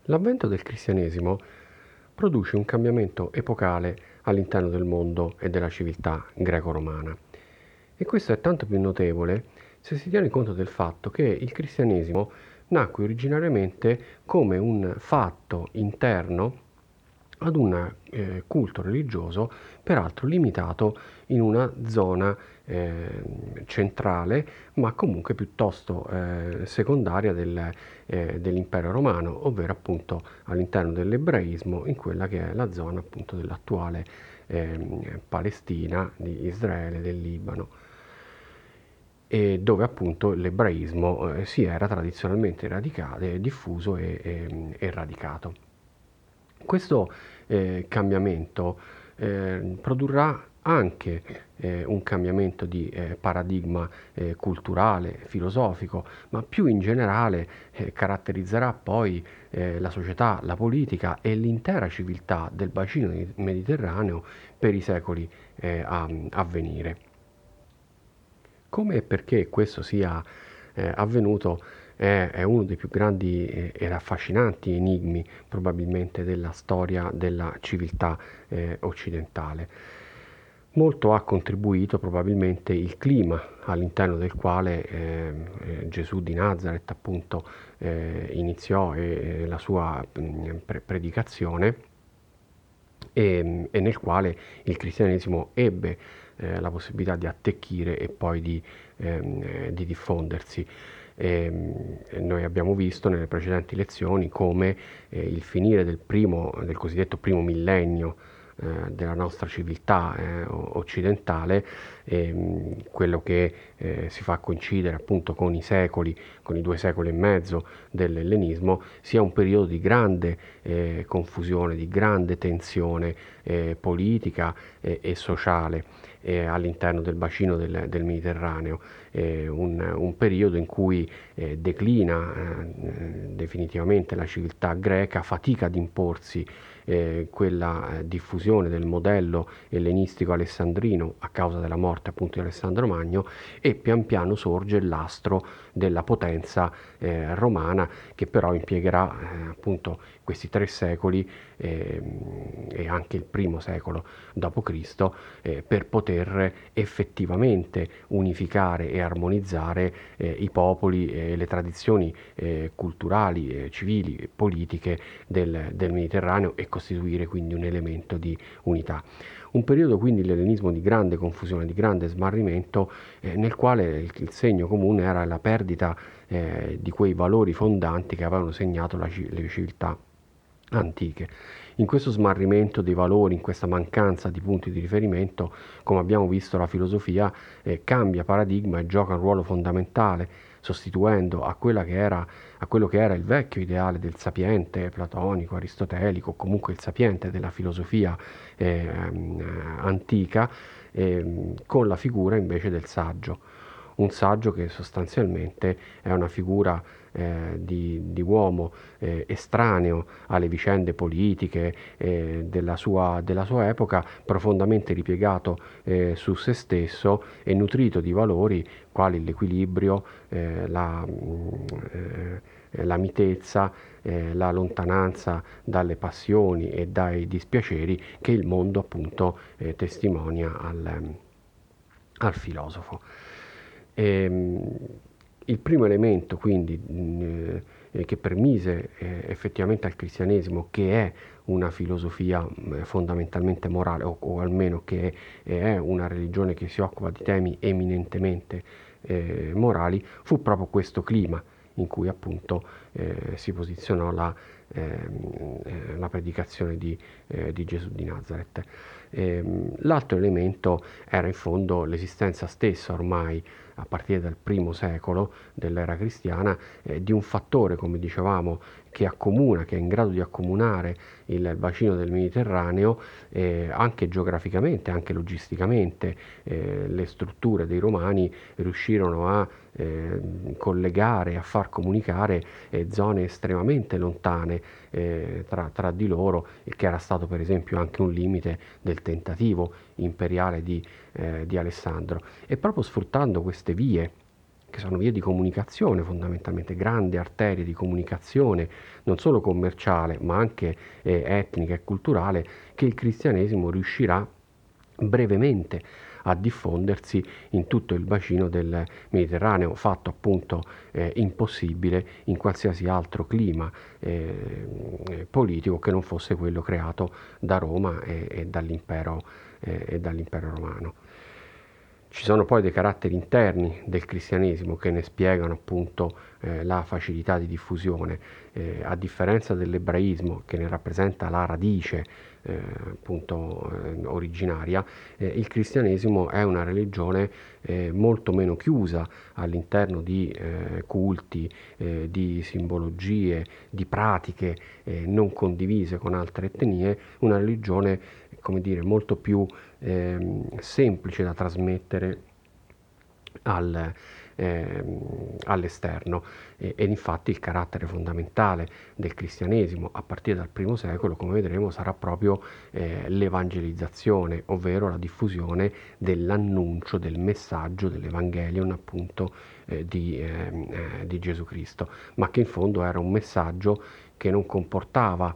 L'avvento del cristianesimo produce un cambiamento epocale all'interno del mondo e della civiltà greco-romana. E questo è tanto più notevole se si tiene conto del fatto che il cristianesimo nacque originariamente come un fatto interno ad un culto religioso, peraltro limitato in una zona centrale, ma comunque piuttosto secondaria dell'impero romano, ovvero appunto all'interno dell'ebraismo, in quella che è la zona appunto dell'attuale Palestina, di Israele, del Libano, e dove appunto l'ebraismo si era tradizionalmente diffuso e radicato. Questo cambiamento produrrà anche un cambiamento di paradigma culturale, filosofico, ma più in generale caratterizzerà poi la società, la politica e l'intera civiltà del bacino mediterraneo per i secoli a venire. Come e perché questo sia avvenuto è uno dei più grandi ed affascinanti enigmi probabilmente della storia della civiltà occidentale. Molto ha contribuito probabilmente il clima all'interno del quale Gesù di Nazareth appunto iniziò la sua predicazione e nel quale il cristianesimo ebbe la possibilità di attecchire e poi di diffondersi. Noi abbiamo visto nelle precedenti lezioni come il finire del cosiddetto primo millennio della nostra civiltà occidentale, quello che si fa coincidere appunto con i secoli, con i 2 secoli e mezzo dell'ellenismo, sia un periodo di grande confusione, di grande tensione politica e sociale all'interno del bacino del Mediterraneo, un periodo in cui declina definitivamente la civiltà greca, fatica ad imporsi quella diffusione del modello ellenistico alessandrino a causa della morte appunto di Alessandro Magno, e pian piano sorge l'astro della potenza romana, che però impiegherà appunto questi 3 secoli e anche il I secolo d.C. Per poter effettivamente unificare e armonizzare i popoli e le tradizioni culturali, civili e politiche del Mediterraneo, e costituire quindi un elemento di unità. Un periodo quindi l'ellenismo di grande confusione, di grande smarrimento, nel quale il segno comune era la perdita di quei valori fondanti che avevano segnato le civiltà antiche. In questo smarrimento dei valori, in questa mancanza di punti di riferimento, come abbiamo visto, la filosofia cambia paradigma e gioca un ruolo fondamentale, sostituendo a quello che era il vecchio ideale del sapiente platonico, aristotelico, comunque il sapiente della filosofia antica, con la figura invece del saggio. Un saggio che sostanzialmente è una figura di uomo estraneo alle vicende politiche della sua epoca, profondamente ripiegato su se stesso e nutrito di valori quali l'equilibrio, la mitezza, la lontananza dalle passioni e dai dispiaceri che il mondo appunto testimonia al filosofo. Il primo elemento quindi che permise effettivamente al cristianesimo, che è una filosofia fondamentalmente morale, o almeno che è una religione che si occupa di temi eminentemente morali, fu proprio questo clima in cui appunto si posizionò la predicazione di Gesù di Nazareth. L'altro elemento era in fondo l'esistenza stessa ormai a partire dal I secolo dell'era cristiana di un fattore, come dicevamo, che è in grado di accomunare il bacino del Mediterraneo anche geograficamente, anche logisticamente. Le strutture dei Romani riuscirono a collegare, a far comunicare zone estremamente lontane tra di loro, il che era stato per esempio anche un limite del tentativo imperiale di Alessandro. E proprio sfruttando queste vie che sono vie di comunicazione fondamentalmente, grandi arterie di comunicazione, non solo commerciale, ma anche etnica e culturale, che il cristianesimo riuscirà brevemente a diffondersi in tutto il bacino del Mediterraneo, fatto appunto impossibile in qualsiasi altro clima politico che non fosse quello creato da Roma e dall'impero romano. Ci sono poi dei caratteri interni del cristianesimo che ne spiegano appunto la facilità di diffusione, a differenza dell'ebraismo che ne rappresenta la radice originaria. Il cristianesimo è una religione molto meno chiusa all'interno di culti, di simbologie, di pratiche non condivise con altre etnie, una religione, come dire, molto più semplice da trasmettere all'esterno ed infatti il carattere fondamentale del cristianesimo a partire dal I secolo, come vedremo, sarà proprio l'evangelizzazione, ovvero la diffusione dell'annuncio, del messaggio dell'Evangelion appunto di Gesù Cristo, ma che in fondo era un messaggio che non comportava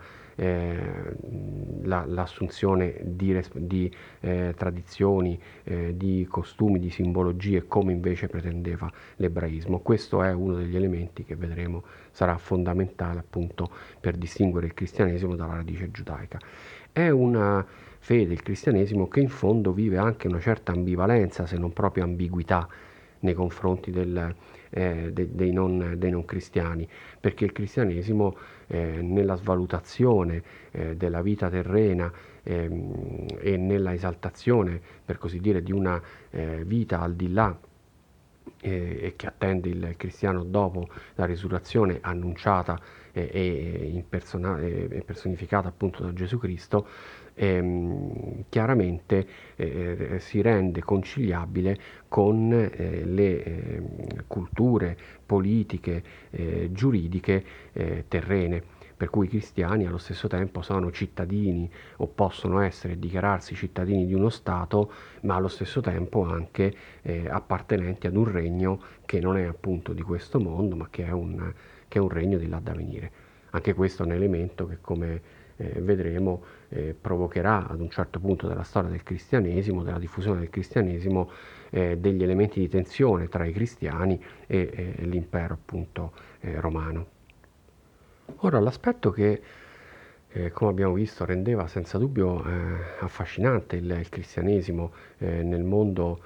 l'assunzione di tradizioni, di costumi, di simbologie, come invece pretendeva l'ebraismo. Questo è uno degli elementi che vedremo sarà fondamentale appunto per distinguere il cristianesimo dalla radice giudaica. È una fede, il cristianesimo, che in fondo vive anche una certa ambivalenza, se non proprio ambiguità, nei confronti dei non cristiani, perché il cristianesimo nella svalutazione della vita terrena e nella esaltazione, per così dire, di una vita al di là e che attende il cristiano dopo la risurrezione annunciata e personificata appunto da Gesù Cristo, chiaramente si rende conciliabile con le culture politiche, giuridiche terrene, per cui i cristiani allo stesso tempo sono cittadini o possono essere dichiararsi cittadini di uno Stato, ma allo stesso tempo anche appartenenti ad un regno che non è appunto di questo mondo, ma che è un regno di là da venire. Anche questo è un elemento che, come vedremo, provocherà ad un certo punto della storia del cristianesimo, della diffusione del cristianesimo, degli elementi di tensione tra i cristiani e l'impero appunto romano. Ora, l'aspetto che, come abbiamo visto, rendeva senza dubbio affascinante il cristianesimo nel mondo,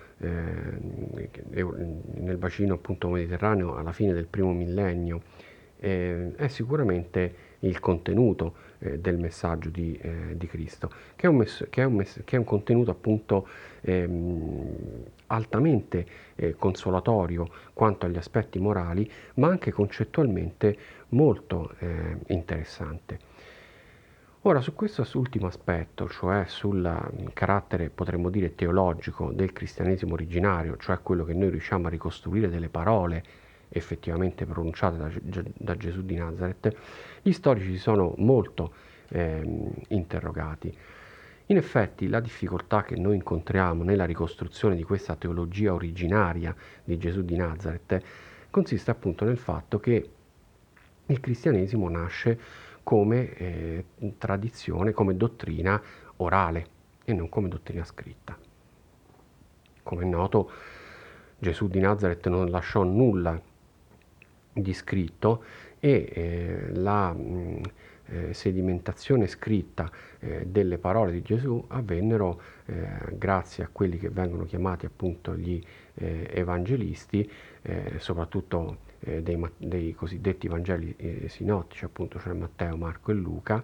nel bacino appunto mediterraneo alla fine del primo millennio, è sicuramente il contenuto del messaggio di Cristo, che è un contenuto appunto altamente consolatorio quanto agli aspetti morali, ma anche concettualmente molto interessante. Ora, su questo ultimo aspetto, cioè sul carattere, potremmo dire, teologico del cristianesimo originario, cioè quello che noi riusciamo a ricostruire delle parole effettivamente pronunciate da Gesù di Nazareth, gli storici si sono molto interrogati. In effetti la difficoltà che noi incontriamo nella ricostruzione di questa teologia originaria di Gesù di Nazareth consiste appunto nel fatto che il cristianesimo nasce come tradizione, come dottrina orale e non come dottrina scritta. Come è noto, Gesù di Nazareth non lasciò nulla di scritto e la sedimentazione scritta delle parole di Gesù avvennero grazie a quelli che vengono chiamati appunto gli evangelisti, soprattutto dei cosiddetti Vangeli sinottici, appunto, cioè Matteo, Marco e Luca,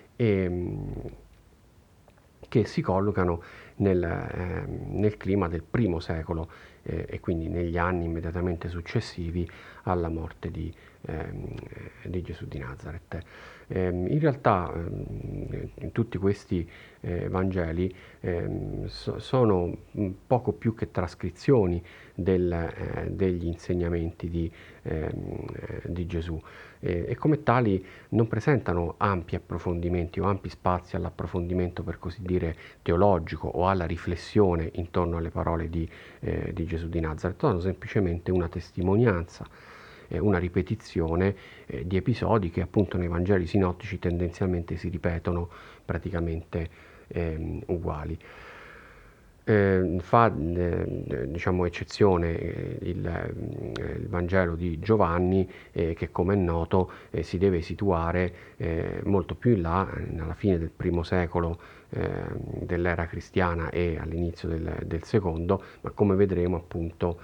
che si collocano nel clima del primo secolo e quindi negli anni immediatamente successivi alla morte di Gesù di Nazareth. In realtà tutti questi Vangeli sono poco più che trascrizioni degli insegnamenti di Gesù e come tali non presentano ampi approfondimenti o ampi spazi all'approfondimento, per così dire, teologico o alla riflessione intorno alle parole di Gesù Gesù di Nazareth, sono semplicemente una testimonianza, una ripetizione di episodi che appunto nei Vangeli sinottici tendenzialmente si ripetono praticamente uguali. Fa diciamo eccezione il Vangelo di Giovanni, che come è noto si deve situare molto più in là, alla fine del primo secolo dell'era cristiana e all'inizio del secondo, ma come vedremo appunto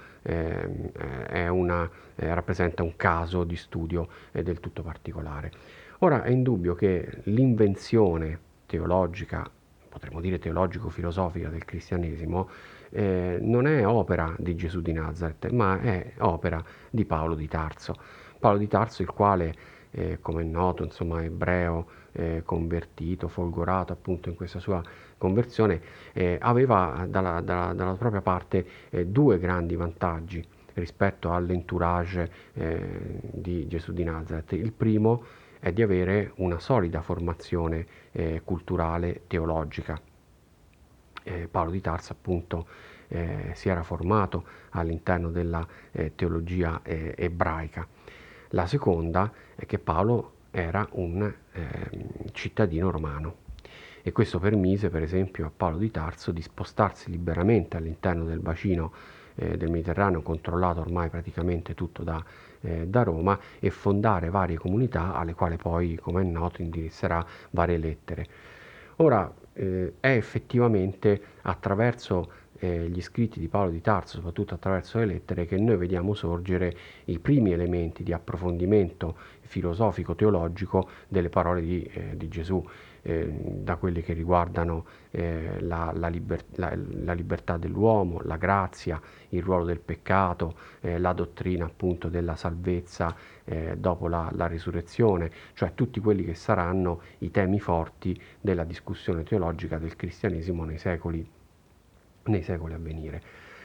rappresenta un caso di studio del tutto particolare. Ora è indubbio che l'invenzione teologica, potremmo dire teologico-filosofica del cristianesimo, non è opera di Gesù di Nazareth, ma è opera di Paolo di Tarso. Paolo di Tarso, il quale, come è noto, insomma, ebreo, convertito, folgorato appunto in questa sua conversione, aveva dalla propria parte due grandi vantaggi rispetto all'entourage di Gesù di Nazareth. Il primo è di avere una solida formazione culturale teologica. Paolo di Tarso appunto si era formato all'interno della teologia ebraica. La seconda è che Paolo era un cittadino romano e questo permise per esempio a Paolo di Tarso di spostarsi liberamente all'interno del bacino del Mediterraneo, controllato ormai praticamente tutto da Roma, e fondare varie comunità alle quali poi, come è noto, indirizzerà varie lettere. Ora, è effettivamente attraverso gli scritti di Paolo di Tarso, soprattutto attraverso le lettere, che noi vediamo sorgere i primi elementi di approfondimento filosofico-teologico delle parole di Gesù, da quelli che riguardano la libertà dell'uomo, la grazia, il ruolo del peccato, la dottrina appunto della salvezza dopo la risurrezione, cioè tutti quelli che saranno i temi forti della discussione teologica del cristianesimo nei secoli a venire.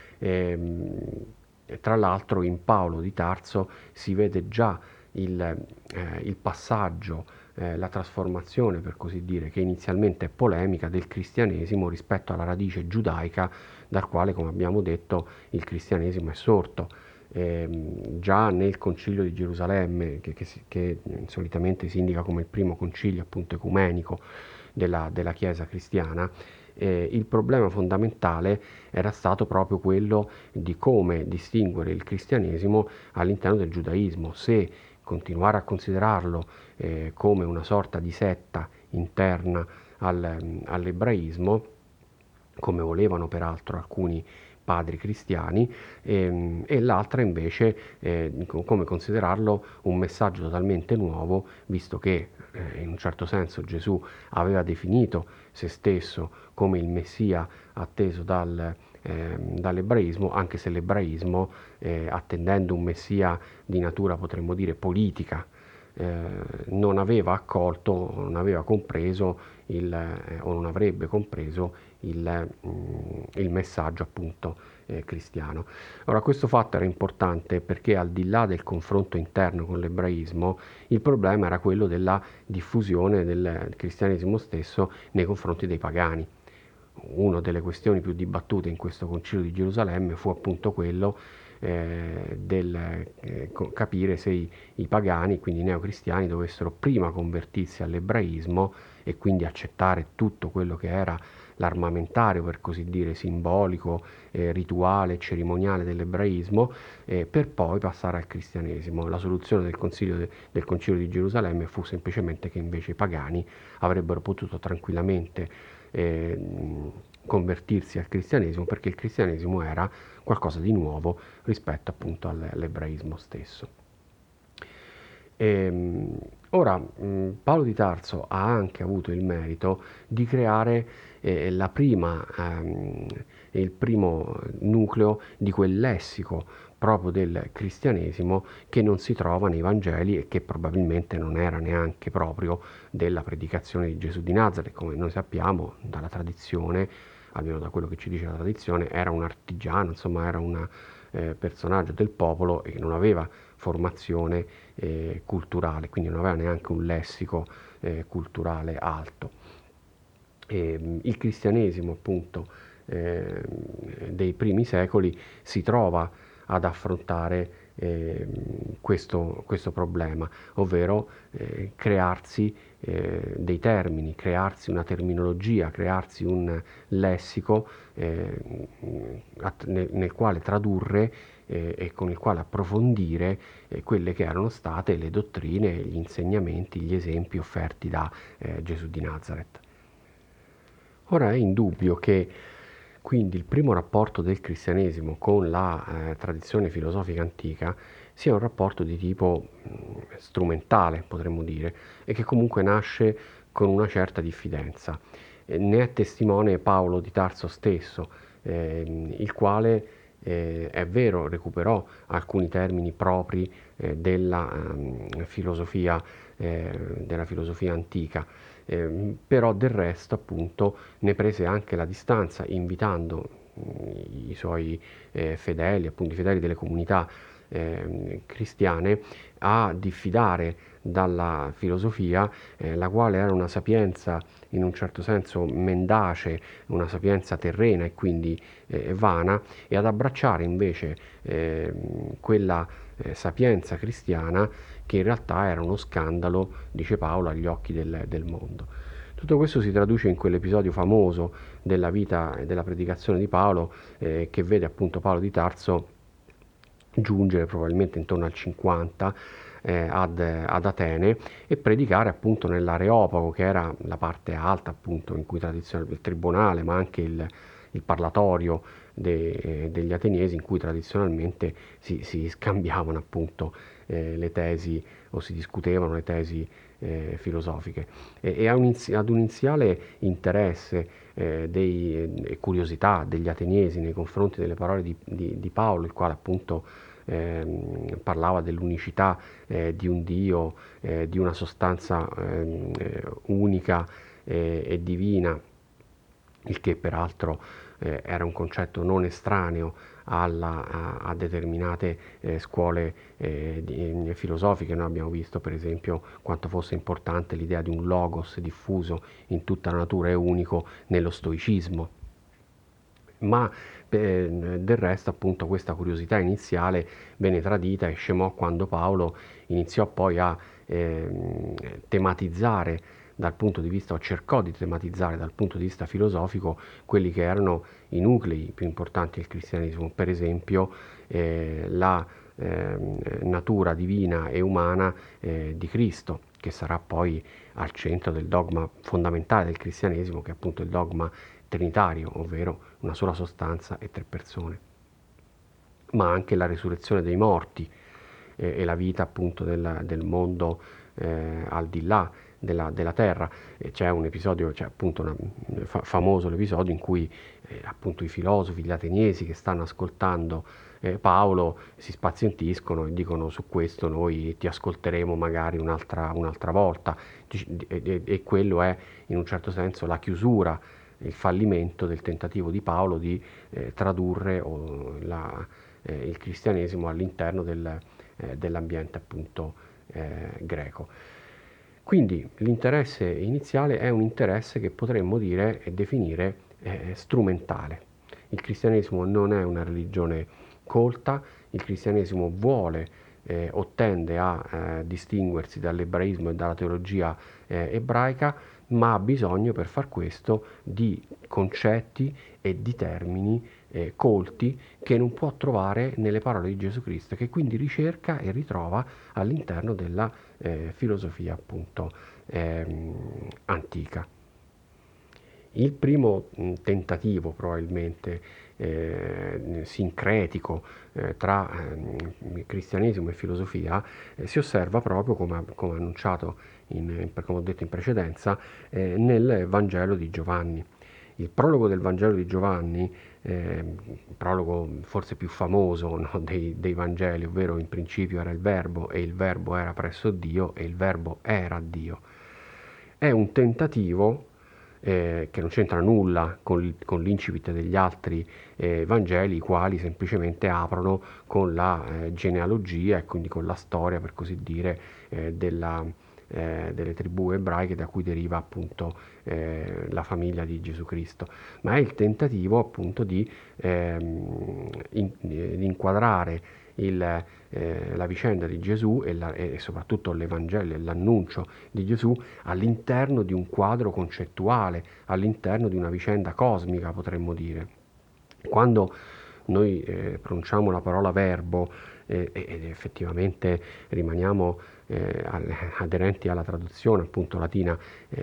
Tra l'altro in Paolo di Tarso si vede già il passaggio, la trasformazione, per così dire, che inizialmente è polemica, del cristianesimo rispetto alla radice giudaica dal quale, come abbiamo detto, il cristianesimo è sorto. Già nel concilio di Gerusalemme, che solitamente si indica come il primo concilio appunto ecumenico della Chiesa cristiana, il problema fondamentale era stato proprio quello di come distinguere il cristianesimo all'interno del giudaismo, se continuare a considerarlo come una sorta di setta interna all'ebraismo, come volevano peraltro alcuni padri cristiani, e l'altra invece come considerarlo un messaggio totalmente nuovo, visto che in un certo senso Gesù aveva definito se stesso come il Messia atteso dall'ebraismo, anche se l'ebraismo, attendendo un Messia di natura, potremmo dire, politica, non aveva accolto, non aveva compreso o non avrebbe compreso il messaggio appunto cristiano. Ora, questo fatto era importante perché, al di là del confronto interno con l'ebraismo, il problema era quello della diffusione del cristianesimo stesso nei confronti dei pagani. Una delle questioni più dibattute in questo concilio di Gerusalemme fu appunto quello del capire se i pagani, quindi i neocristiani, dovessero prima convertirsi all'ebraismo e quindi accettare tutto quello che era l'armamentario, per così dire, simbolico, rituale, cerimoniale dell'ebraismo, per poi passare al cristianesimo. La soluzione del concilio di Gerusalemme fu semplicemente che invece i pagani avrebbero potuto tranquillamente convertirsi al cristianesimo, perché il cristianesimo era qualcosa di nuovo rispetto appunto all'ebraismo stesso. Ora, Paolo di Tarso ha anche avuto il merito di creare il primo nucleo di quel lessico proprio del cristianesimo che non si trova nei Vangeli e che probabilmente non era neanche proprio della predicazione di Gesù di Nazareth. Come noi sappiamo dalla tradizione, almeno da quello che ci dice la tradizione, era un artigiano, insomma era un personaggio del popolo e che non aveva formazione culturale, quindi non aveva neanche un lessico culturale alto. Il cristianesimo appunto dei primi secoli si trova ad affrontare questo problema, ovvero crearsi dei termini, crearsi una terminologia, crearsi un lessico nel quale tradurre e con il quale approfondire quelle che erano state le dottrine, gli insegnamenti, gli esempi offerti da Gesù di Nazareth. Ora è indubbio che quindi il primo rapporto del cristianesimo con la tradizione filosofica antica sia un rapporto di tipo strumentale, potremmo dire, e che comunque nasce con una certa diffidenza. Ne è testimone Paolo di Tarso stesso, il quale è vero, recuperò alcuni termini propri della filosofia antica, però del resto appunto ne prese anche la distanza, invitando i suoi fedeli, appunto i fedeli delle comunità cristiane, a diffidare dalla filosofia, la quale era una sapienza in un certo senso mendace, una sapienza terrena e quindi vana, e ad abbracciare invece quella sapienza cristiana che in realtà era uno scandalo, dice Paolo, agli occhi del mondo. Tutto questo si traduce in quell'episodio famoso della vita e della predicazione di Paolo, che vede appunto Paolo di Tarso giungere probabilmente intorno al 50 ad Atene e predicare appunto nell'Areopago, che era la parte alta appunto in cui tradizionalmente il tribunale, ma anche il parlatorio degli ateniesi, in cui tradizionalmente si scambiavano appunto le tesi o si discutevano le tesi filosofiche, e ad un iniziale interesse e curiosità degli ateniesi nei confronti delle parole di Paolo, il quale appunto parlava dell'unicità di un Dio, di una sostanza unica e divina, il che peraltro era un concetto non estraneo a determinate scuole filosofiche. Noi abbiamo visto per esempio quanto fosse importante l'idea di un logos diffuso in tutta la natura e unico nello stoicismo. Ma del resto appunto questa curiosità iniziale venne tradita e scemò quando Paolo iniziò poi a tematizzare dal punto di vista, o cercò di tematizzare dal punto di vista filosofico, quelli che erano i nuclei più importanti del cristianesimo, per esempio la natura divina e umana di Cristo, che sarà poi al centro del dogma fondamentale del cristianesimo, che è appunto il dogma trinitario, ovvero una sola sostanza e tre persone, ma anche la resurrezione dei morti e la vita appunto del mondo al di là della terra. C'è un episodio, c'è appunto famoso l'episodio in cui appunto i filosofi, gli ateniesi che stanno ascoltando Paolo si spazientiscono e dicono: su questo noi ti ascolteremo magari un'altra volta, e quello è in un certo senso la chiusura, il fallimento del tentativo di Paolo di tradurre il cristianesimo all'interno dell'ambiente appunto greco. Quindi l'interesse iniziale è un interesse che potremmo dire e definire strumentale. Il cristianesimo non è una religione colta, il cristianesimo vuole o tende a distinguersi dall'ebraismo e dalla teologia ebraica, ma ha bisogno per far questo di concetti e di termini colti che non può trovare nelle parole di Gesù Cristo, che quindi ricerca e ritrova all'interno della filosofia appunto antica. Il primo tentativo probabilmente sincretico tra cristianesimo e filosofia si osserva proprio, come annunciato, come ho detto in precedenza, nel Vangelo di Giovanni. Il prologo del Vangelo di Giovanni, prologo forse più famoso, no, dei Vangeli, ovvero in principio era il Verbo e il Verbo era presso Dio e il Verbo era Dio, è un tentativo che non c'entra nulla con l'incipit degli altri Vangeli, i quali semplicemente aprono con la genealogia e quindi con la storia, per così dire, delle tribù ebraiche da cui deriva appunto la famiglia di Gesù Cristo, ma è il tentativo appunto di inquadrare la vicenda di Gesù e soprattutto l'Evangelo e l'annuncio di Gesù all'interno di un quadro concettuale, all'interno di una vicenda cosmica, potremmo dire. Quando noi pronunciamo la parola verbo ed effettivamente rimaniamo aderenti alla traduzione appunto latina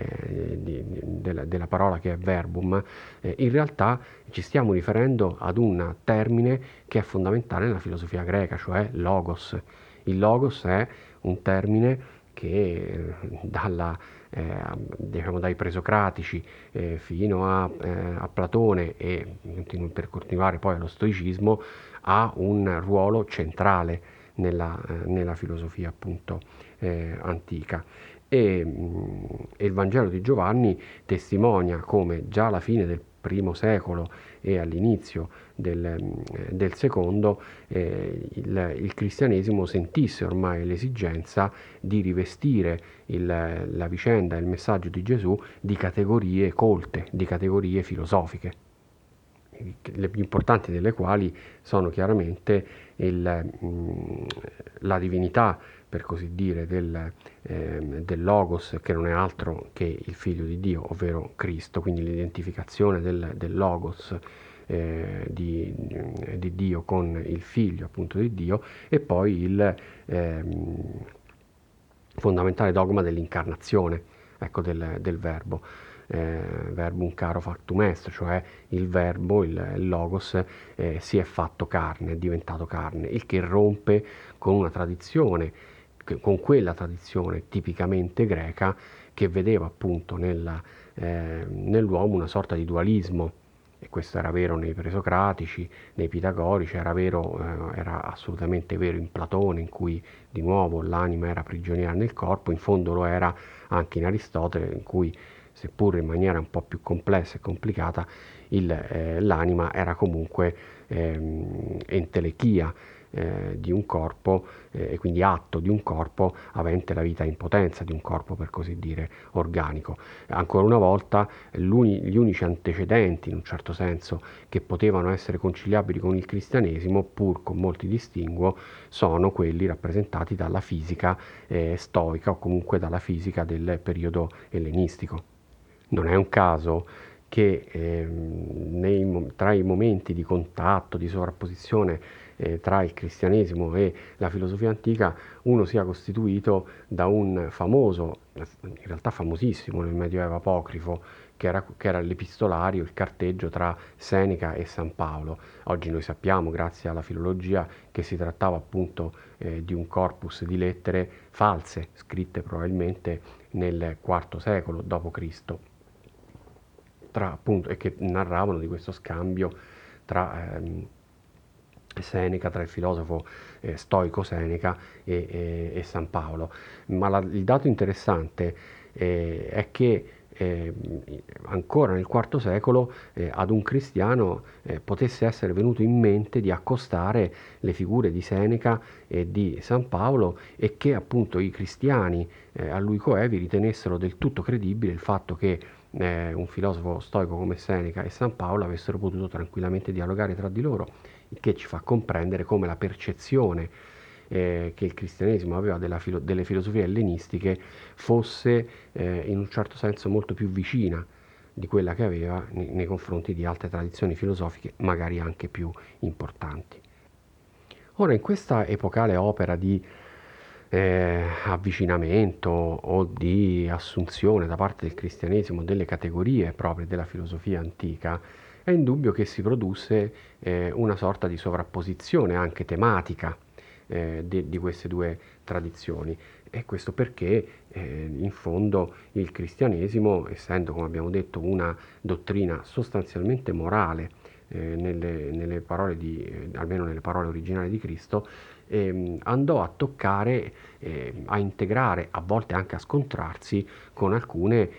della parola che è verbum, in realtà ci stiamo riferendo ad un termine che è fondamentale nella filosofia greca, cioè logos. Il logos è un termine che diciamo, dai presocratici fino a Platone e per continuare poi allo stoicismo ha un ruolo centrale nella filosofia appunto antica. E il Vangelo di Giovanni testimonia come già alla fine del I secolo e all'inizio del secondo il cristianesimo sentisse ormai l'esigenza di rivestire la vicenda e il messaggio di Gesù di categorie colte, di categorie filosofiche, le più importanti delle quali sono chiaramente la divinità, per così dire, del Logos, che non è altro che il Figlio di Dio, ovvero Cristo, quindi l'identificazione del Logos di Dio con il Figlio appunto di Dio, e poi il fondamentale dogma dell'incarnazione, ecco, del verbo. Verbum caro factum est, cioè il verbo, il logos, si è fatto carne, è diventato carne, il che rompe con una tradizione, con quella tradizione tipicamente greca che vedeva appunto nell'uomo una sorta di dualismo. E questo era vero nei presocratici, nei pitagorici, era assolutamente vero in Platone, in cui di nuovo l'anima era prigioniera nel corpo, in fondo lo era anche in Aristotele, in cui seppur in maniera un po' più complessa e complicata, l'anima era comunque entelechia di un corpo e quindi atto di un corpo avente la vita in potenza di un corpo, per così dire, organico. Ancora una volta gli unici antecedenti, in un certo senso, che potevano essere conciliabili con il cristianesimo, pur con molti distinguo, sono quelli rappresentati dalla fisica stoica o comunque dalla fisica del periodo ellenistico. Non è un caso che tra i momenti di contatto, di sovrapposizione tra il cristianesimo e la filosofia antica, uno sia costituito da un famoso, in realtà famosissimo nel Medioevo apocrifo, che era l'epistolario, il carteggio tra Seneca e San Paolo. Oggi noi sappiamo, grazie alla filologia, che si trattava appunto di un corpus di lettere false, scritte probabilmente nel IV secolo d.C., appunto, e che narravano di questo scambio tra Seneca, tra il filosofo stoico Seneca e San Paolo. Ma il dato interessante è che ancora nel IV secolo ad un cristiano potesse essere venuto in mente di accostare le figure di Seneca e di San Paolo, e che appunto i cristiani a lui coevi ritenessero del tutto credibile il fatto che un filosofo stoico come Seneca e San Paolo avessero potuto tranquillamente dialogare tra di loro, il che ci fa comprendere come la percezione che il cristianesimo aveva delle filosofie ellenistiche fosse in un certo senso molto più vicina di quella che aveva nei confronti di altre tradizioni filosofiche, magari anche più importanti. Ora, in questa epocale opera di avvicinamento o di assunzione da parte del cristianesimo delle categorie proprie della filosofia antica, è indubbio che si produsse una sorta di sovrapposizione anche tematica di queste due tradizioni. E questo perché in fondo il cristianesimo, essendo, come abbiamo detto, una dottrina sostanzialmente morale, nelle parole almeno nelle parole originali di Cristo, andò a toccare, a integrare, a volte anche a scontrarsi con alcune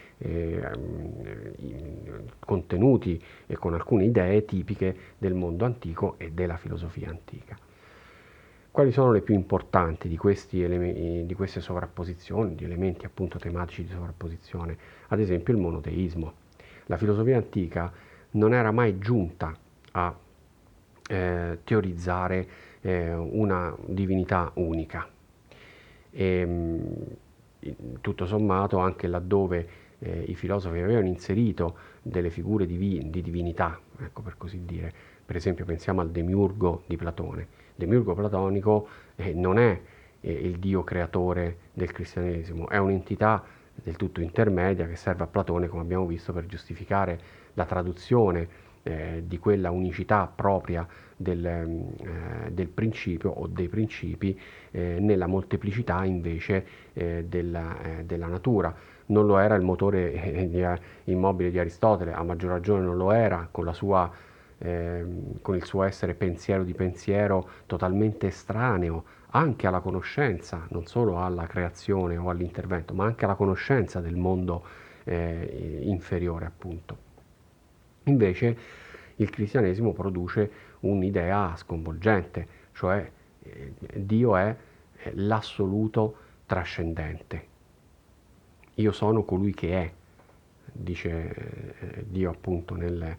contenuti e con alcune idee tipiche del mondo antico e della filosofia antica. Quali sono le più importanti di di queste sovrapposizioni, di elementi appunto tematici di sovrapposizione? Ad esempio il monoteismo. La filosofia antica non era mai giunta a teorizzare una divinità unica. E, tutto sommato, anche laddove i filosofi avevano inserito delle figure di divinità, ecco per così dire, per esempio pensiamo al demiurgo di Platone. Il demiurgo platonico non è il dio creatore del cristianesimo, è un'entità del tutto intermedia che serve a Platone, come abbiamo visto, per giustificare la traduzione di quella unicità propria del principio o dei principi nella molteplicità invece della natura. Non lo era il motore immobile di Aristotele, a maggior ragione non lo era con con il suo essere pensiero di pensiero totalmente estraneo anche alla conoscenza, non solo alla creazione o all'intervento, ma anche alla conoscenza del mondo inferiore, appunto. Invece il cristianesimo produce un'idea sconvolgente, cioè Dio è l'assoluto trascendente. Io sono colui che è, dice Dio appunto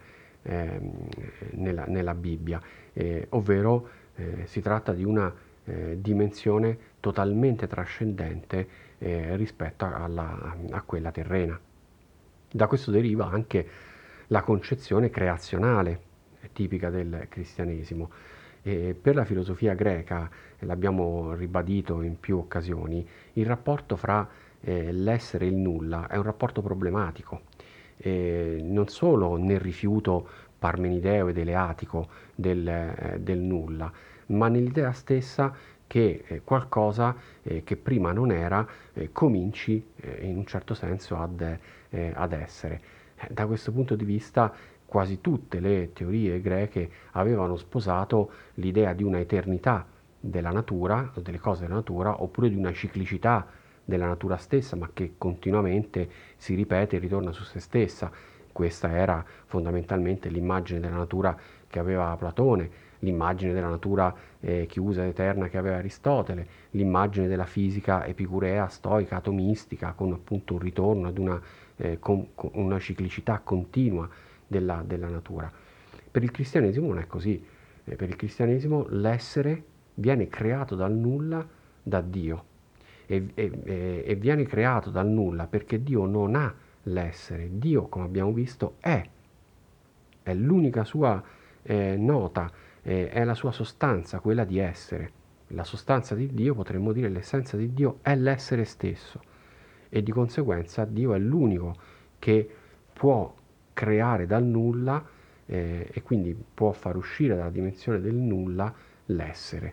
nella Bibbia, ovvero si tratta di una dimensione totalmente trascendente rispetto a quella terrena. Da questo deriva anche la concezione creazionale tipica del cristianesimo. Per la filosofia greca, l'abbiamo ribadito in più occasioni, il rapporto fra l'essere e il nulla è un rapporto problematico, non solo nel rifiuto parmenideo ed eleatico del nulla, ma nell'idea stessa che qualcosa che prima non era cominci in un certo senso ad essere. Da questo punto di vista quasi tutte le teorie greche avevano sposato l'idea di una eternità della natura, o delle cose della natura, oppure di una ciclicità della natura stessa, ma che continuamente si ripete e ritorna su se stessa. Questa era fondamentalmente l'immagine della natura che aveva Platone, l'immagine della natura chiusa ed eterna che aveva Aristotele, l'immagine della fisica epicurea, stoica, atomistica, con appunto un ritorno ad con una ciclicità continua della natura. Per il cristianesimo non è così. Per il cristianesimo l'essere viene creato dal nulla da Dio e viene creato dal nulla perché Dio non ha l'essere. Dio, come abbiamo visto, è l'unica sua nota, è la sua sostanza, quella di essere. La sostanza di Dio, potremmo dire l'essenza di Dio, è l'essere stesso e di conseguenza Dio è l'unico che può creare dal nulla e quindi può far uscire dalla dimensione del nulla l'essere.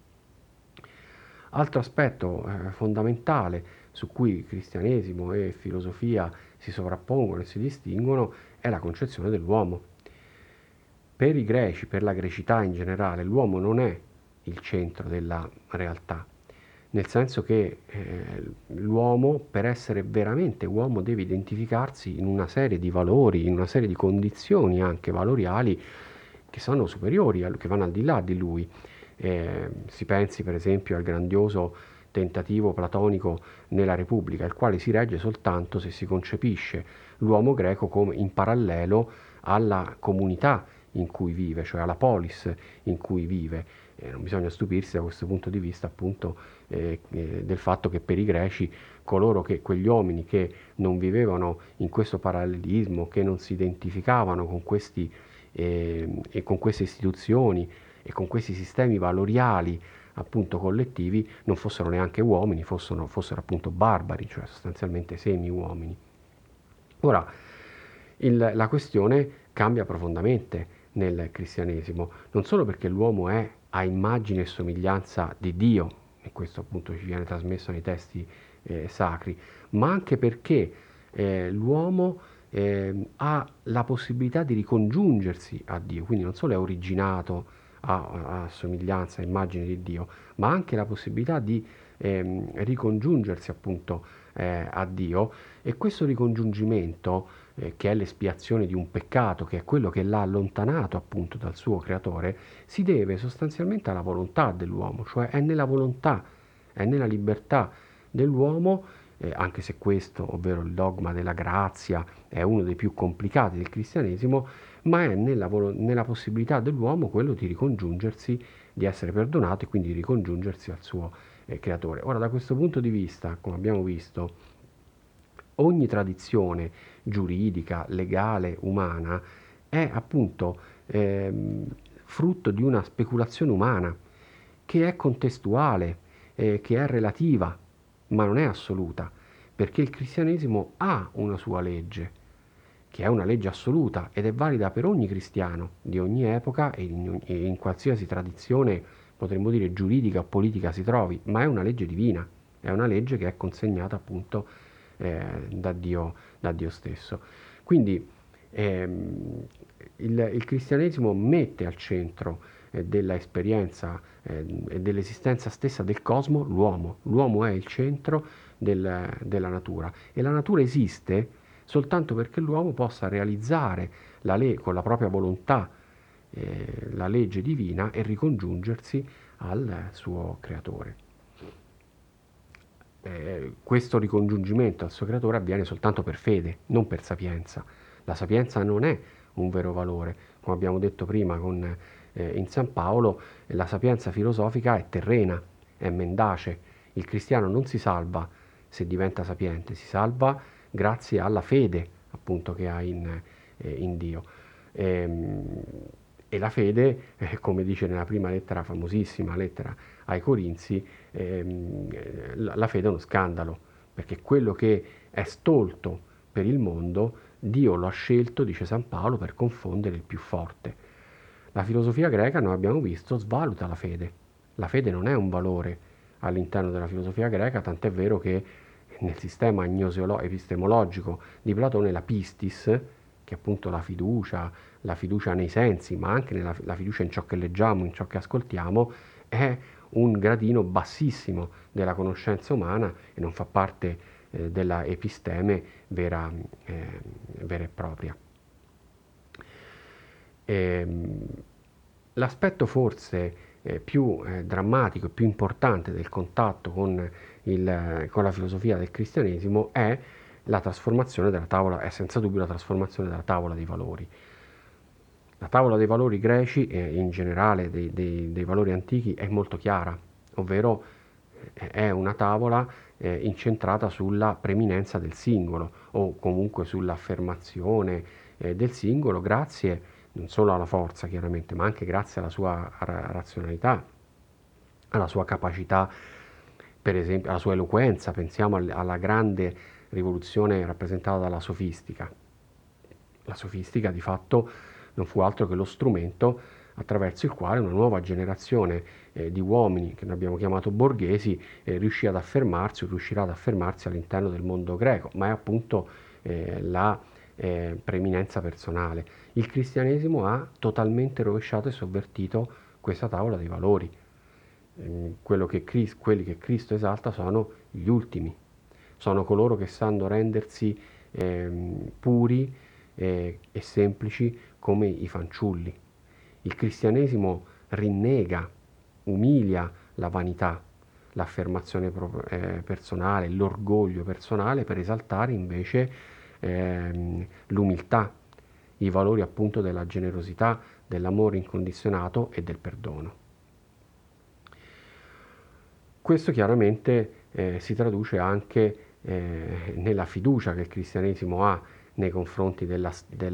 Altro aspetto fondamentale su cui cristianesimo e filosofia si sovrappongono e si distinguono è la concezione dell'uomo. Per i greci, per la grecità in generale, l'uomo non è il centro della realtà, nel senso che l'uomo, per essere veramente uomo, deve identificarsi in una serie di valori, in una serie di condizioni anche valoriali che sono superiori, che vanno al di là di lui. Si pensi per esempio al grandioso tentativo platonico nella Repubblica, il quale si regge soltanto se si concepisce l'uomo greco come in parallelo alla comunità in cui vive, cioè alla polis in cui vive. Non bisogna stupirsi da questo punto di vista appunto del fatto che per i greci quegli uomini che non vivevano in questo parallelismo, che non si identificavano con e con queste istituzioni e con questi sistemi valoriali appunto collettivi, non fossero neanche uomini, fossero appunto barbari, cioè sostanzialmente semi-uomini. Ora, la questione cambia profondamente nel cristianesimo, non solo perché l'uomo è a immagine e somiglianza di Dio, e questo appunto ci viene trasmesso nei testi sacri, ma anche perché l'uomo ha la possibilità di ricongiungersi a Dio, quindi non solo è originato a somiglianza, a immagine di Dio, ma anche la possibilità di ricongiungersi appunto a Dio, e questo ricongiungimento, che è l'espiazione di un peccato, che è quello che l'ha allontanato appunto dal suo creatore, si deve sostanzialmente alla volontà dell'uomo, cioè è nella volontà, è nella libertà dell'uomo, anche se questo, ovvero il dogma della grazia, è uno dei più complicati del cristianesimo, ma è nella possibilità dell'uomo quello di ricongiungersi, di essere perdonato e quindi di ricongiungersi al suo creatore. Ora, da questo punto di vista, come abbiamo visto, ogni tradizione giuridica, legale, umana è appunto frutto di una speculazione umana che è contestuale, che è relativa, ma non è assoluta, perché il cristianesimo ha una sua legge, che è una legge assoluta ed è valida per ogni cristiano di ogni epoca e in qualsiasi tradizione, potremmo dire giuridica o politica, si trovi, ma è una legge divina, è una legge che è consegnata appunto da Dio stesso. Quindi il cristianesimo mette al centro della esperienza e dell'esistenza stessa del cosmo l'uomo. L'uomo è il centro della natura, e la natura esiste soltanto perché l'uomo possa realizzare con la propria volontà la legge divina e ricongiungersi al suo creatore. Questo ricongiungimento al suo creatore avviene soltanto per fede, non per sapienza. La sapienza non è un vero valore, come abbiamo detto prima in San Paolo, la sapienza filosofica è terrena, è mendace. Il cristiano non si salva se diventa sapiente, si salva grazie alla fede appunto che ha in Dio. E la fede, come dice nella prima lettera, famosissima lettera ai Corinzi, la fede è uno scandalo, perché quello che è stolto per il mondo, Dio lo ha scelto, dice San Paolo, per confondere il più forte. La filosofia greca, noi abbiamo visto, svaluta la fede. La fede non è un valore all'interno della filosofia greca, tant'è vero che nel sistema epistemologico di Platone la pistis, che è appunto la fiducia nei sensi, ma anche la fiducia in ciò che leggiamo, in ciò che ascoltiamo, è un gradino bassissimo della conoscenza umana e non fa parte della episteme vera e propria. L'aspetto forse più drammatico e più importante del contatto con la filosofia del cristianesimo è la trasformazione della tavola, è senza dubbio la trasformazione della tavola dei valori. La tavola dei valori greci e in generale dei valori antichi è molto chiara, ovvero è una tavola incentrata sulla preminenza del singolo o comunque sull'affermazione del singolo grazie non solo alla forza chiaramente, ma anche grazie alla sua razionalità, alla sua capacità, per esempio alla sua eloquenza. Pensiamo alla grande rivoluzione rappresentata dalla sofistica. La sofistica di fatto non fu altro che lo strumento attraverso il quale una nuova generazione di uomini, che noi abbiamo chiamato borghesi, riuscirà ad affermarsi all'interno del mondo greco, ma è appunto la preminenza personale. Il cristianesimo ha totalmente rovesciato e sovvertito questa tavola dei valori. Quelli che Cristo esalta sono gli ultimi, sono coloro che sanno rendersi puri e semplici come i fanciulli. Il cristianesimo rinnega, umilia la vanità, l'affermazione personale, l'orgoglio personale per esaltare invece l'umiltà, i valori appunto della generosità, dell'amore incondizionato e del perdono. Questo chiaramente si traduce anche nella fiducia che il cristianesimo ha nei confronti della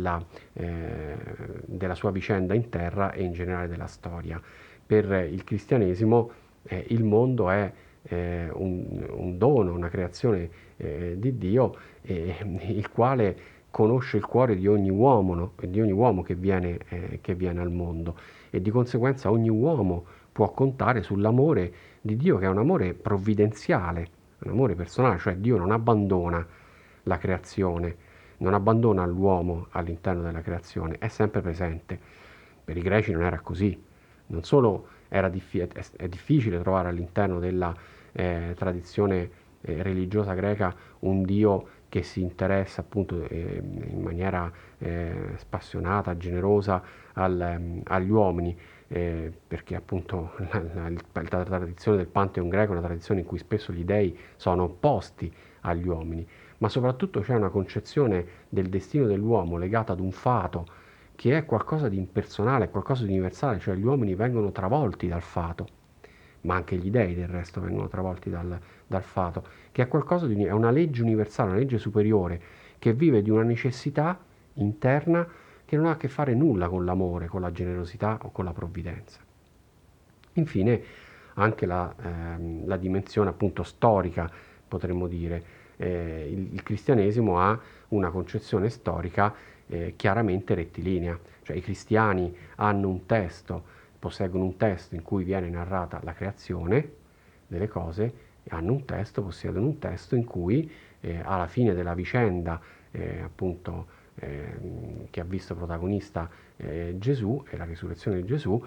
sua vicenda in terra e in generale della storia. Per il cristianesimo il mondo è un dono, una creazione di Dio, il quale conosce il cuore di ogni uomo, no? Di ogni uomo che viene al mondo, e di conseguenza ogni uomo può contare sull'amore di Dio, che è un amore provvidenziale, un amore personale, cioè Dio non abbandona la creazione, non abbandona l'uomo all'interno della creazione, è sempre presente. Per i greci non era così, non solo è difficile trovare all'interno tradizione religiosa greca un Dio che si interessa appunto in maniera spassionata, generosa agli uomini, perché appunto la tradizione del Pantheon greco è una tradizione in cui spesso gli dei sono opposti agli uomini, ma soprattutto c'è una concezione del destino dell'uomo legata ad un fato che è qualcosa di impersonale, qualcosa di universale, cioè gli uomini vengono travolti dal fato, ma anche gli dei del resto vengono travolti dal fato, che è qualcosa di è una legge universale, una legge superiore, che vive di una necessità interna che non ha a che fare nulla con l'amore, con la generosità o con la provvidenza. Infine, anche la dimensione appunto storica, potremmo dire. Il cristianesimo ha una concezione storica chiaramente rettilinea, cioè i cristiani hanno un testo, posseggono un testo in cui viene narrata la creazione delle cose, e hanno un testo, possiedono un testo in cui alla fine della vicenda appunto che ha visto protagonista Gesù e la risurrezione di Gesù,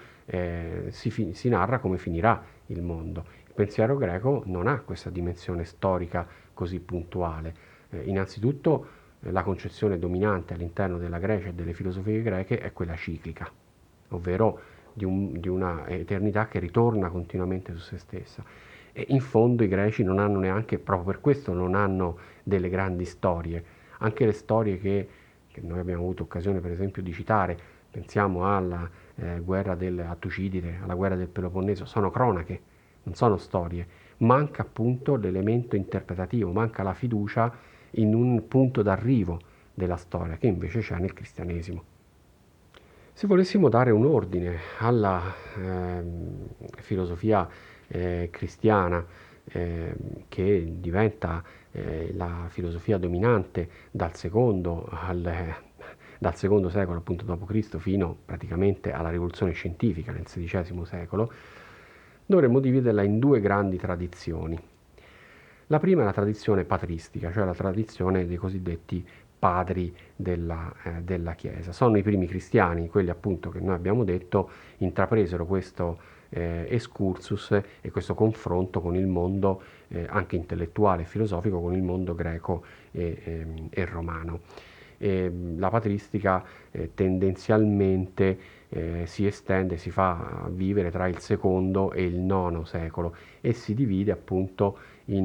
si narra come finirà il mondo. Il pensiero greco non ha questa dimensione storica così puntuale. Innanzitutto la concezione dominante all'interno della Grecia e delle filosofie greche è quella ciclica, ovvero di una eternità che ritorna continuamente su se stessa. E in fondo i greci non hanno neanche, proprio per questo, non hanno delle grandi storie. Anche le storie che noi abbiamo avuto occasione per esempio di citare, pensiamo alla guerra a Tucidide, alla guerra del Peloponneso, sono cronache, non sono storie. Manca appunto l'elemento interpretativo, manca la fiducia in un punto d'arrivo della storia che invece c'è nel cristianesimo. Se volessimo dare un ordine alla filosofia cristiana che diventa la filosofia dominante dal secondo secolo appunto d.C. fino praticamente alla rivoluzione scientifica nel XVI secolo, dovremmo dividerla in due grandi tradizioni. La prima è la tradizione patristica, cioè la tradizione dei cosiddetti padri della Chiesa. Sono i primi cristiani, quelli appunto che noi abbiamo detto, intrapresero questo excursus e questo confronto con il mondo anche intellettuale e filosofico, con il mondo greco e romano. La patristica tendenzialmente si estende, si fa vivere tra il secondo e il IX secolo e si divide appunto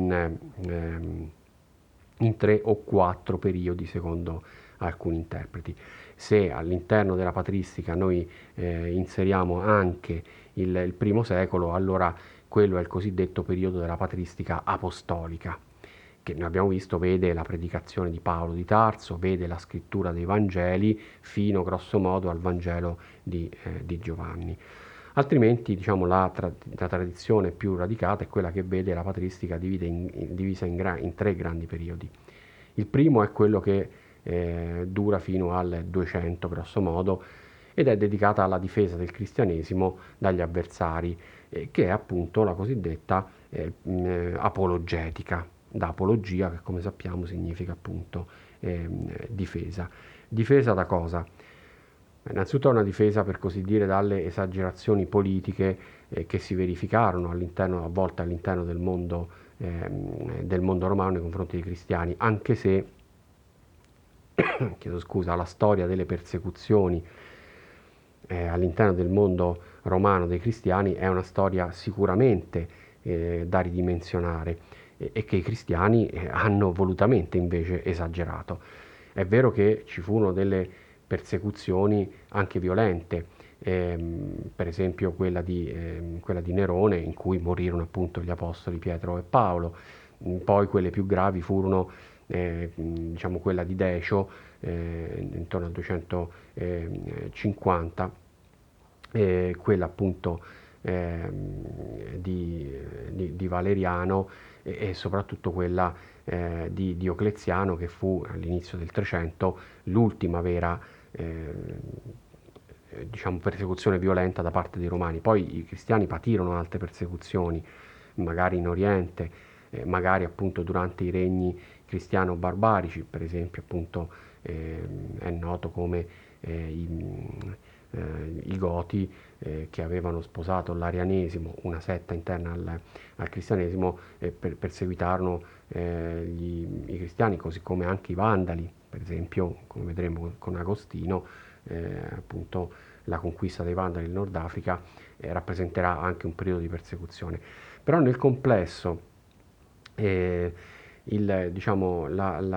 in 3 o 4 periodi secondo alcuni interpreti. Se all'interno della patristica noi inseriamo anche il primo secolo, allora quello è il cosiddetto periodo della patristica apostolica, che noi abbiamo visto vede la predicazione di Paolo di Tarso, vede la scrittura dei Vangeli fino grosso modo al Vangelo di Giovanni. Altrimenti diciamo, la tradizione più radicata è quella che vede la patristica divisa in 3 grandi periodi. Il primo è quello che dura fino al 200 grosso modo ed è dedicata alla difesa del cristianesimo dagli avversari, che è appunto la cosiddetta apologetica, da apologia che come sappiamo significa appunto difesa. Difesa da cosa? Innanzitutto è una difesa per così dire dalle esagerazioni politiche che si verificarono a volte all'interno del mondo romano nei confronti dei cristiani, anche se chiedo scusa, la storia delle persecuzioni all'interno del mondo romano dei cristiani è una storia sicuramente da ridimensionare e che i cristiani hanno volutamente invece esagerato. È vero che ci furono delle persecuzioni anche violente, per esempio quella di Nerone, in cui morirono appunto gli apostoli Pietro e Paolo. Poi quelle più gravi furono diciamo quella di Decio intorno al 250, quella appunto di Valeriano e soprattutto quella di Diocleziano, che fu all'inizio del 300 l'ultima vera diciamo, persecuzione violenta da parte dei romani. Poi i cristiani patirono altre persecuzioni, magari in Oriente, magari appunto durante i regni cristiano-barbarici, per esempio appunto è noto come i Goti che avevano sposato l'arianesimo, una setta interna al cristianesimo, perseguitarono i cristiani, così come anche i Vandali, per esempio, come vedremo con Agostino, appunto la conquista dei Vandali in Nord Africa rappresenterà anche un periodo di persecuzione. Però nel complesso diciamo,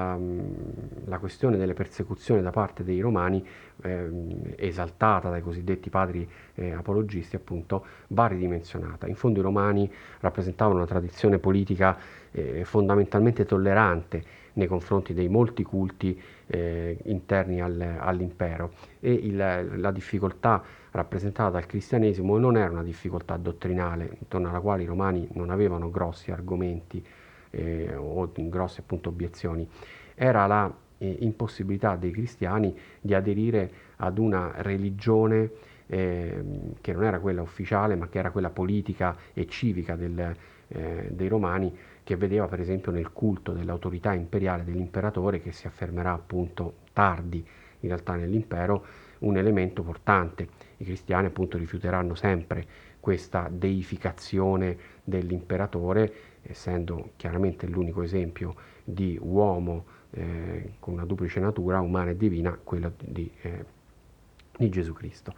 la questione delle persecuzioni da parte dei romani, esaltata dai cosiddetti padri apologisti, appunto, va ridimensionata. In fondo i romani rappresentavano una tradizione politica fondamentalmente tollerante nei confronti dei molti culti interni all'impero, e la difficoltà rappresentata dal cristianesimo non era una difficoltà dottrinale, intorno alla quale i romani non avevano grossi argomenti o grosse appunto obiezioni, era la impossibilità dei cristiani di aderire ad una religione che non era quella ufficiale, ma che era quella politica e civica dei romani, che vedeva per esempio nel culto dell'autorità imperiale dell'imperatore, che si affermerà appunto tardi in realtà nell'impero, un elemento portante. I cristiani appunto rifiuteranno sempre questa deificazione dell'imperatore, essendo chiaramente l'unico esempio di uomo con una duplice natura, umana e divina, quello di Gesù Cristo.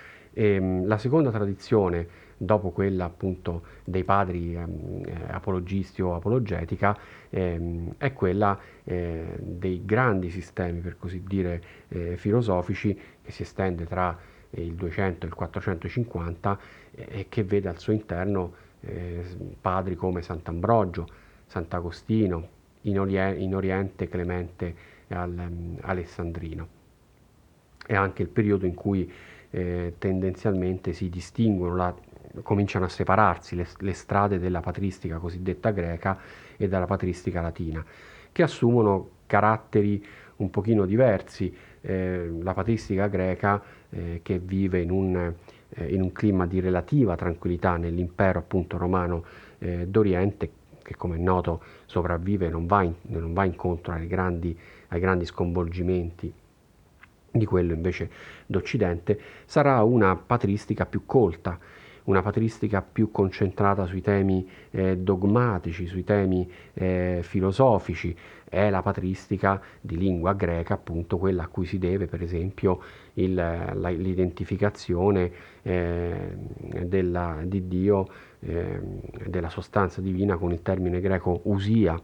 La seconda tradizione, dopo quella appunto dei padri apologisti o apologetica, è quella dei grandi sistemi, per così dire, filosofici, che si estende tra il 200 e il 450 e che vede al suo interno padri come Sant'Ambrogio, Sant'Agostino, in Oriente Clemente Alessandrino. È anche il periodo in cui tendenzialmente si distinguono, cominciano a separarsi le strade della patristica cosiddetta greca e della patristica latina, che assumono caratteri un pochino diversi. La patristica greca, che vive in un clima di relativa tranquillità nell'impero appunto romano d'Oriente, che come è noto sopravvive e non va incontro ai grandi sconvolgimenti di quello invece d'Occidente, sarà una patristica più colta, una patristica più concentrata sui temi dogmatici, sui temi filosofici. È la patristica di lingua greca, appunto, quella a cui si deve per esempio l'identificazione di Dio, della sostanza divina, con il termine greco usia,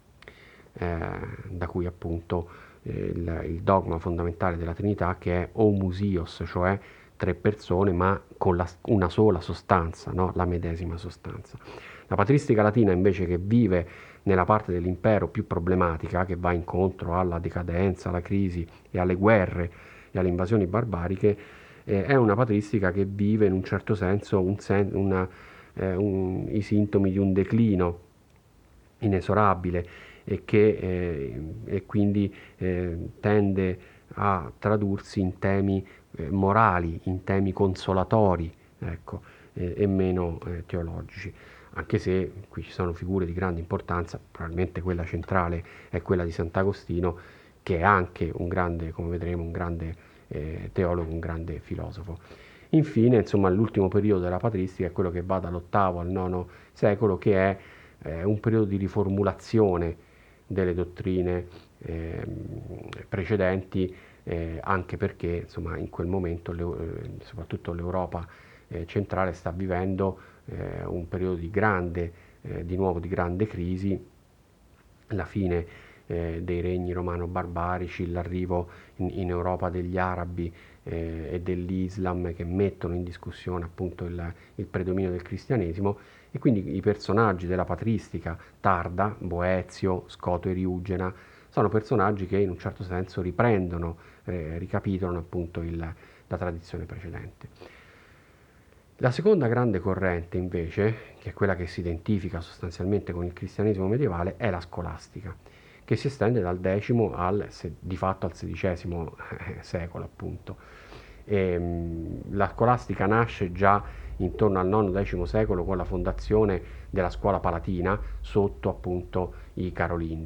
da cui appunto il dogma fondamentale della Trinità, che è homusios, cioè tre persone ma con una sola sostanza, no? La medesima sostanza. La patristica latina invece, che vive nella parte dell'impero più problematica, che va incontro alla decadenza, alla crisi e alle guerre e alle invasioni barbariche, è una patristica che vive in un certo senso i sintomi di un declino inesorabile, e quindi tende a tradursi in temi morali, in temi consolatori, ecco, e meno teologici. Anche se qui ci sono figure di grande importanza, probabilmente quella centrale è quella di Sant'Agostino, che è anche un grande, come vedremo, un grande teologo, un grande filosofo. Infine, insomma, l'ultimo periodo della patristica è quello che va dall'VIII al IX secolo, che è un periodo di riformulazione delle dottrine precedenti, anche perché insomma in quel momento soprattutto l'Europa centrale sta vivendo un periodo di nuovo di grande crisi, la fine dei regni romano-barbarici, l'arrivo in Europa degli arabi e dell'Islam, che mettono in discussione appunto il predominio del cristianesimo, e quindi i personaggi della patristica tarda, Boezio, Scoto Eriugena, sono personaggi che in un certo senso ricapitolano appunto la tradizione precedente. La seconda grande corrente invece, che è quella che si identifica sostanzialmente con il cristianesimo medievale, è la scolastica, che si estende dal X di fatto al XVI secolo appunto. La scolastica nasce già intorno al IX-X secolo con la fondazione della scuola palatina sotto appunto i Carolingi.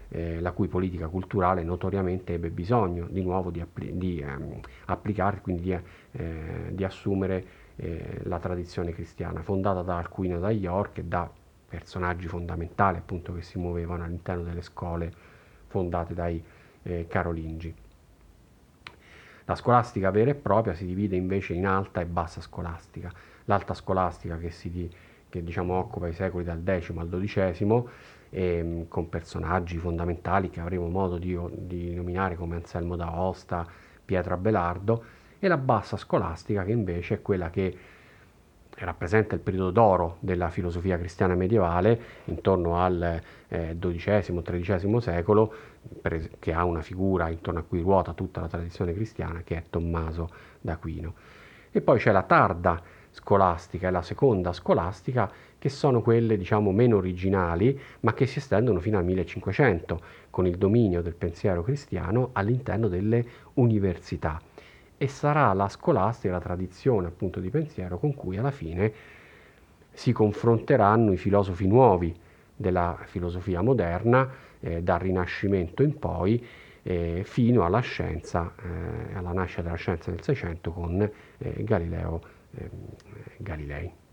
la cui politica culturale notoriamente ebbe bisogno di nuovo di applicare, quindi di assumere la tradizione cristiana, fondata da Alcuino da York e da personaggi fondamentali appunto che si muovevano all'interno delle scuole fondate dai Carolingi. La scolastica vera e propria si divide invece in alta e bassa scolastica. L'alta scolastica che diciamo, occupa i secoli dal X al XII, con personaggi fondamentali che avremo modo di nominare come Anselmo d'Aosta, Pietro Abelardo, e la bassa scolastica che invece è quella che rappresenta il periodo d'oro della filosofia cristiana medievale, intorno al XII-XIII secolo, che ha una figura intorno a cui ruota tutta la tradizione cristiana, che è Tommaso d'Aquino. E poi c'è la tarda scolastica e la seconda scolastica, che sono quelle diciamo meno originali, ma che si estendono fino al 1500, con il dominio del pensiero cristiano all'interno delle università. E sarà la scolastica, la tradizione appunto di pensiero con cui alla fine si confronteranno i filosofi nuovi della filosofia moderna, dal Rinascimento in poi, fino alla scienza, alla nascita della scienza nel Seicento con Galileo Galilei.